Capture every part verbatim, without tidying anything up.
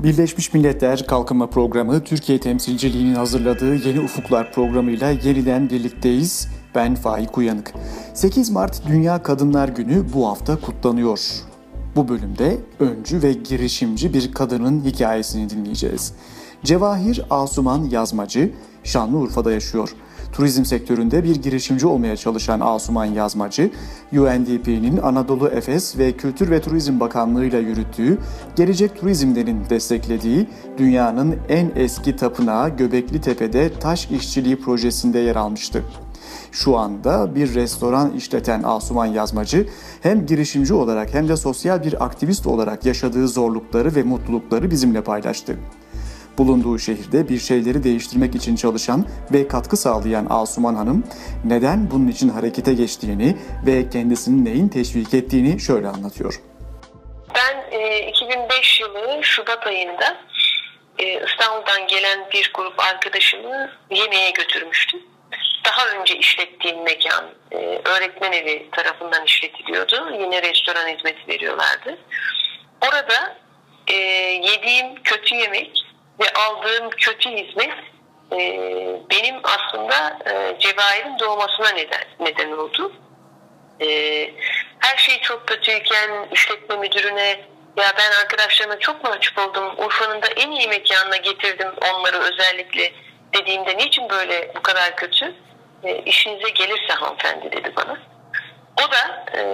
Birleşmiş Milletler Kalkınma Programı, Türkiye temsilciliğinin hazırladığı Yeni Ufuklar programıyla yeniden birlikteyiz. Ben Faik Uyanık. sekiz Mart Dünya Kadınlar Günü bu hafta kutlanıyor. Bu bölümde öncü ve girişimci bir kadının hikayesini dinleyeceğiz. Cevahir Asuman Yazmacı, Şanlıurfa'da yaşıyor. Turizm sektöründe bir girişimci olmaya çalışan Asuman Yazmacı, U N D P'nin Anadolu Efes ve Kültür ve Turizm Bakanlığı ile yürüttüğü, Gelecek Turizm'lerin desteklediği dünyanın en eski tapınağı Göbekli Tepe'de taş işçiliği projesinde yer almıştı. Şu anda bir restoran işleten Asuman Yazmacı, hem girişimci olarak hem de sosyal bir aktivist olarak yaşadığı zorlukları ve mutlulukları bizimle paylaştı. Bulunduğu şehirde bir şeyleri değiştirmek için çalışan ve katkı sağlayan Asuman Hanım, neden bunun için harekete geçtiğini ve kendisinin neyin teşvik ettiğini şöyle anlatıyor. Ben e, iki bin beş yılı Şubat ayında e, İstanbul'dan gelen bir grup arkadaşımı yemeğe götürmüştüm. Daha önce işlettiğim mekan e, öğretmen evi tarafından işletiliyordu. Yine restoran hizmeti veriyorlardı. Orada e, yediğim kötü yemek ve aldığım kötü hizmet e, benim aslında e, Cevahir'in doğmasına neden, neden oldu. E, her şey çok kötüyken işletme müdürüne, ya ben arkadaşlarıma çok mahcup oldum, Urfa'nın da en iyi mekanına getirdim onları özellikle dediğimde, niçin böyle bu kadar kötü? E, işinize gelirse hanımefendi dedi bana. O da e,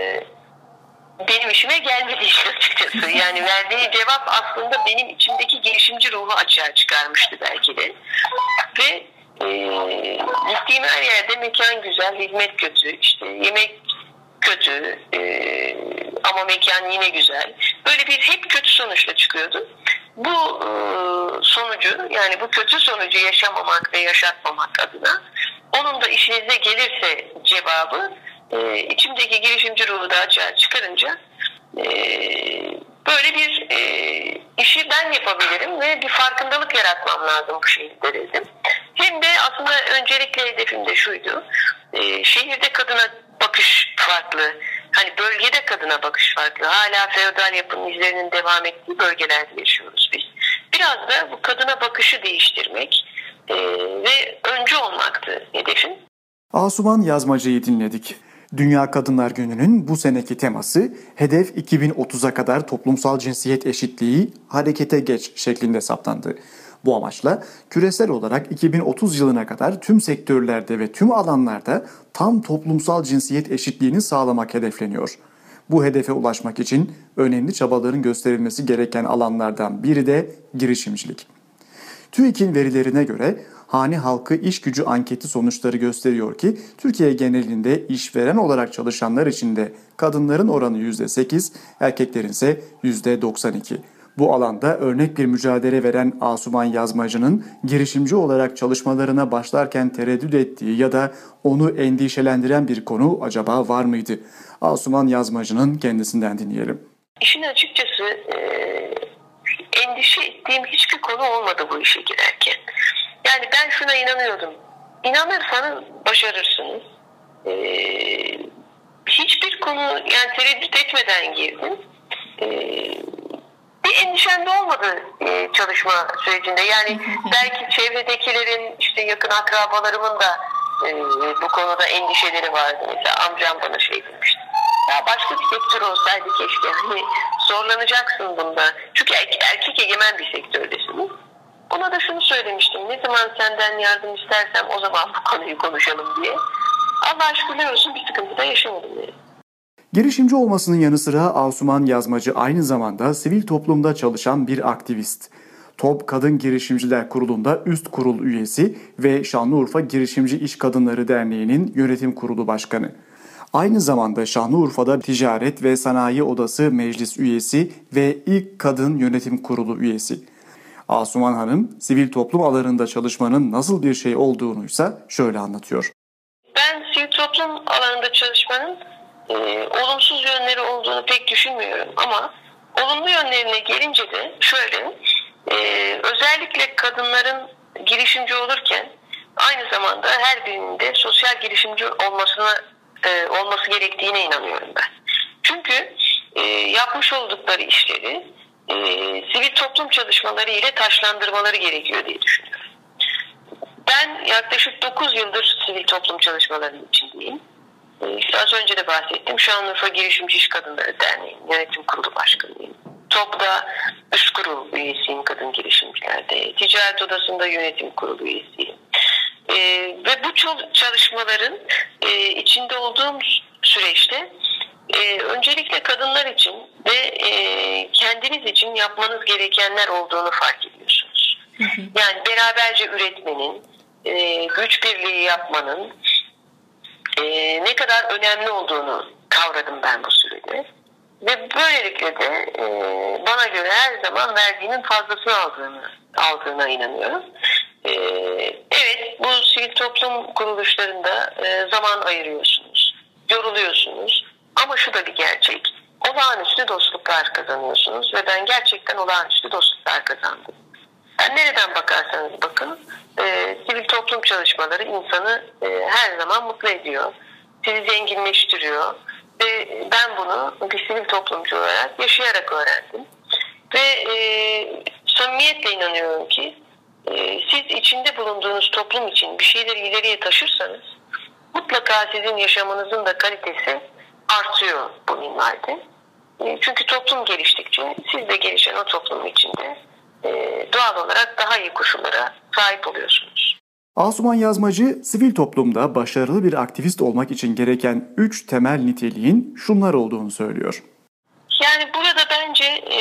benim işime gelmedi işte açıkçası. Yani verdiği cevap aslında benim içimdeki girişimci ruhu açığa çıkarmıştı belki de. Ve e, gittiğim her yerde mekan güzel, hizmet kötü, işte yemek kötü e, ama mekan yine güzel. Böyle bir hep kötü sonuçla çıkıyordu. Bu e, sonucu, yani bu kötü sonucu yaşamamak ve yaşatmamak adına, onun da işinize gelirse cevabı e, içimdeki girişimci ruhu da açığa çıkarınca e, böyle bir e, işi ben yapabilirim ve bir farkındalık yaratmam lazım bu şehirde dedim. Hem de aslında öncelikle hedefim de şuydu, e, şehirde kadına bakış farklı, hani bölgede kadına bakış farklı, hala feodal yapının izlerinin devam ettiği bölgelerde yaşıyoruz biz. Biraz da bu kadına bakışı değiştirmek e, ve öncü olmaktı hedefim. Asuman Yazmacı'yı dinledik. Dünya Kadınlar Günü'nün bu seneki teması hedef iki bin otuza kadar toplumsal cinsiyet eşitliği harekete geç şeklinde saptandı. Bu amaçla küresel olarak iki bin otuz yılına kadar tüm sektörlerde ve tüm alanlarda tam toplumsal cinsiyet eşitliğini sağlamak hedefleniyor. Bu hedefe ulaşmak için önemli çabaların gösterilmesi gereken alanlardan biri de girişimcilik. TÜİK'in verilerine göre hane halkı iş gücü anketi sonuçları gösteriyor ki Türkiye genelinde işveren olarak çalışanlar içinde kadınların oranı yüzde sekiz, erkeklerin ise yüzde doksan iki. Bu alanda örnek bir mücadele veren Asuman Yazmacı'nın girişimci olarak çalışmalarına başlarken tereddüt ettiği ya da onu endişelendiren bir konu acaba var mıydı? Asuman Yazmacı'nın kendisinden dinleyelim. İşin açıkçası e, endişe ettiğim hiçbir konu olmadı bu işe girerken. Yani ben şuna inanıyordum. İnanırsanız başarırsınız. Ee, hiçbir konu, yani tereddüt etmeden girdim. Ee, bir endişem de olmadı e, çalışma sürecinde. Yani belki çevredekilerin, işte yakın akrabalarımın da e, bu konuda endişeleri vardı. Mesela amcam bana şey demişti. Ya başka bir sektör olsaydı keşke. Hani zorlanacaksın bunda. Çünkü erkek, erkek egemen bir sektördesiniz. Ona da şunu söylemiştim. Ne zaman senden yardım istersem o zaman bu konuyu konuşalım diye. Allah'a şükürler olsun bir sıkıntı da yaşamadım diye. Girişimci olmasının yanı sıra Asuman Yazmacı aynı zamanda sivil toplumda çalışan bir aktivist. TOP Kadın Girişimciler Kurulu'nda üst kurul üyesi ve Şanlıurfa Girişimci İş Kadınları Derneği'nin yönetim kurulu başkanı. Aynı zamanda Şanlıurfa'da Ticaret ve Sanayi Odası meclis üyesi ve ilk kadın yönetim kurulu üyesi. Asuman Hanım, sivil toplum alanında çalışmanın nasıl bir şey olduğunuysa şöyle anlatıyor. Ben sivil toplum alanında çalışmanın e, olumsuz yönleri olduğunu pek düşünmüyorum ama olumlu yönlerine gelince de şöyle, e, özellikle kadınların girişimci olurken aynı zamanda her birinin de sosyal girişimci olmasına e, olması gerektiğine inanıyorum ben. Çünkü e, yapmış oldukları işleri e, sivil toplum çalışmaları ile taşlandırmaları gerekiyor diye düşünüyorum. Ben yaklaşık dokuz yıldır sivil toplum çalışmalarının içindeyim. E, işte az önce de bahsettim. Şanlıurfa Girişimci İş Kadınları Derneği'nin yönetim kurulu başkanıyım. TOP'da üst kurul üyesiyim kadın girişimcilerde. Ticaret Odası'nda yönetim kurulu üyesiyim. E, ve bu çalışmaların e, içinde olduğum süreçte e, öncelikle kadınlar için ve e, kendiniz için yapmanız gerekenler olduğunu fark ediyorsunuz. Hı hı. Yani beraberce üretmenin, e, güç birliği yapmanın e, ne kadar önemli olduğunu kavradım ben bu sürede. Ve böylelikle de e, bana göre her zaman verdiğinin fazlasını aldığını, aldığına inanıyorum. E, evet, bu sivil toplum kuruluşlarında e, zaman ayırıyorsunuz, yoruluyorsunuz. Ama şu da bir gerçek, olağanüstü dostluklar kazanıyorsunuz ve ben gerçekten olağanüstü dostluklar kazandım. Yani nereden bakarsanız bakın, e, sivil toplum çalışmaları insanı e, her zaman mutlu ediyor, sizi zenginleştiriyor. Ve ben bunu bir sivil toplumcu olarak yaşayarak öğrendim. Ve e, samimiyetle inanıyorum ki e, siz içinde bulunduğunuz toplum için bir şeyleri ileriye taşırsanız mutlaka sizin yaşamınızın da kalitesi artıyor bu minvalde. E, çünkü toplum geliştikçe siz de gelişen o toplum içinde e, doğal olarak daha iyi koşullara sahip oluyorsunuz. Asuman Yazmacı, sivil toplumda başarılı bir aktivist olmak için gereken üç temel niteliğin şunlar olduğunu söylüyor. Yani burada bence e,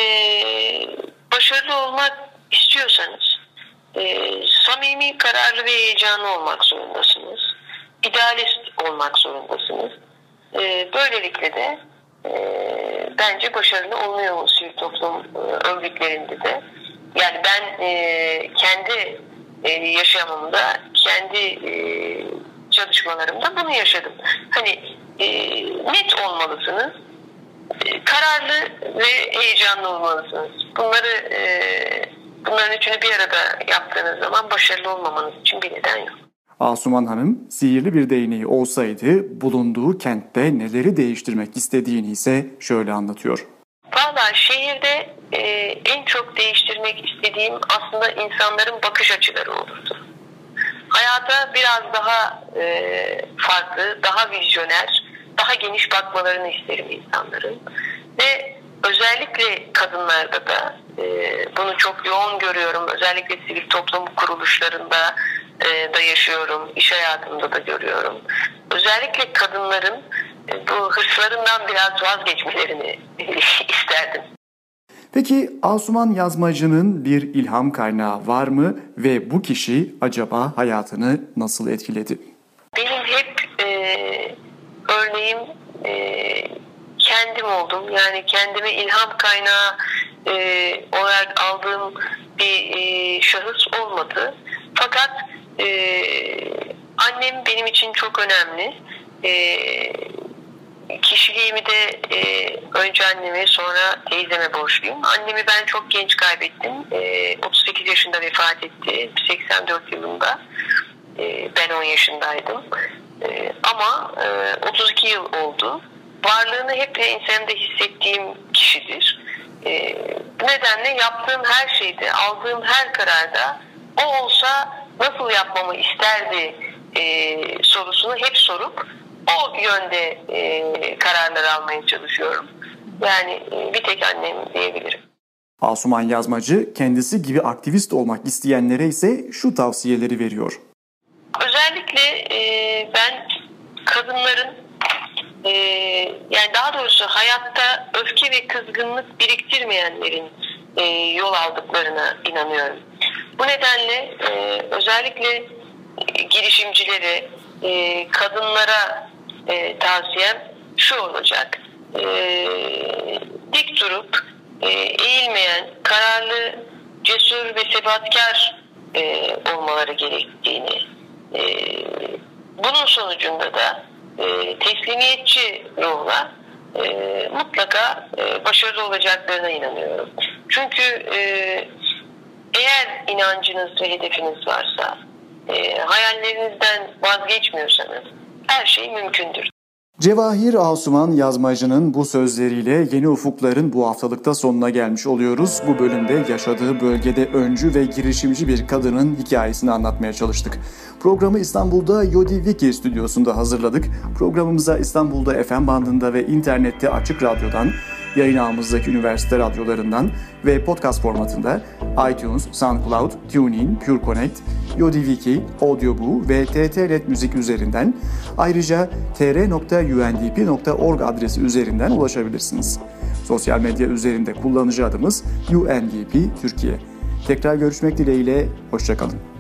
başarılı olmak istiyorsanız e, samimi, kararlı ve heyecanlı olmak zorundasınız. İdealist olmak zorundasınız. E, böylelikle de e, bence başarılı oluyor bu sivil toplum e, örgütlerinde de. Yani ben e, kendi e, yaşamımda, kendi e, çalışmalarımda bunu yaşadım. Hani e, net olmalısınız, e, kararlı ve heyecanlı olmalısınız. Bunları e, bunların üçünü bir arada yaptığınız zaman başarılı olmamanız için bir neden yok. Asuman Hanım, sihirli bir değneği olsaydı bulunduğu kentte neleri değiştirmek istediğini ise şöyle anlatıyor. Valla şehirde e, en çok değiştirmek istediğim aslında insanların bakış açıları olurdu. Hayata biraz daha e, farklı, daha vizyoner, daha geniş bakmalarını isterim insanların. Ve özellikle kadınlarda da e, bunu çok yoğun görüyorum. Özellikle sivil toplum kuruluşlarında e, da yaşıyorum, iş hayatımda da görüyorum. Özellikle kadınların e, bu hırslarından biraz vazgeçmelerini isterdim. Peki Asuman Yazmacı'nın bir ilham kaynağı var mı ve bu kişi acaba hayatını nasıl etkiledi? Benim hep e, örneğim e, kendim oldum. Yani kendime ilham kaynağı e, olarak aldığım bir e, şahıs olmadı. Fakat e, annem benim için çok önemli. E, Kişiliğimi de e, önce anneme sonra teyzeme borçluyum. Annemi ben çok genç kaybettim. E, otuz sekiz yaşında vefat etti. seksen dört yılında. E, ben on yaşındaydım. E, ama e, otuz iki yıl oldu. Varlığını hep ensemde hissettiğim kişidir. E, bu nedenle yaptığım her şeyde, aldığım her kararda o olsa nasıl yapmamı isterdi e, sorusunu hep sorup o yönde e, kararlar almaya çalışıyorum. Yani e, bir tek annem diyebilirim. Asuman Yazmacı kendisi gibi aktivist olmak isteyenlere ise şu tavsiyeleri veriyor. Özellikle e, ben kadınların e, yani daha doğrusu hayatta öfke ve kızgınlık biriktirmeyenlerin e, yol aldıklarına inanıyorum. Bu nedenle e, özellikle e, girişimcilere, e, kadınlara E, tavsiyem şu olacak. E, dik durup e, eğilmeyen, kararlı, cesur ve sebatkar e, olmaları gerektiğini, e, bunun sonucunda da e, teslimiyetçi ruhla e, mutlaka e, başarılı olacaklarına inanıyorum. Çünkü e, eğer inancınız ve hedefiniz varsa, e, hayallerinizden vazgeçmiyorsanız her şey mümkündür. Cevahir Asuman Yazmacı'nın bu sözleriyle Yeni Ufuklar'ın bu haftalıkta sonuna gelmiş oluyoruz. Bu bölümde yaşadığı bölgede öncü ve girişimci bir kadının hikayesini anlatmaya çalıştık. Programı İstanbul'da Yodi Wiki stüdyosunda hazırladık. Programımıza İstanbul'da F M bandında ve internette Açık Radyo'dan, yayın ağımızdaki üniversite radyolarından ve podcast formatında iTunes, SoundCloud, TuneIn, PureConnect, Yodi Wiki, Audioboo ve T T R E D Müzik üzerinden, ayrıca t r nokta u n d p nokta org adresi üzerinden ulaşabilirsiniz. Sosyal medya üzerinde kullanıcı adımız U N D P Türkiye. Tekrar görüşmek dileğiyle, hoşça kalın.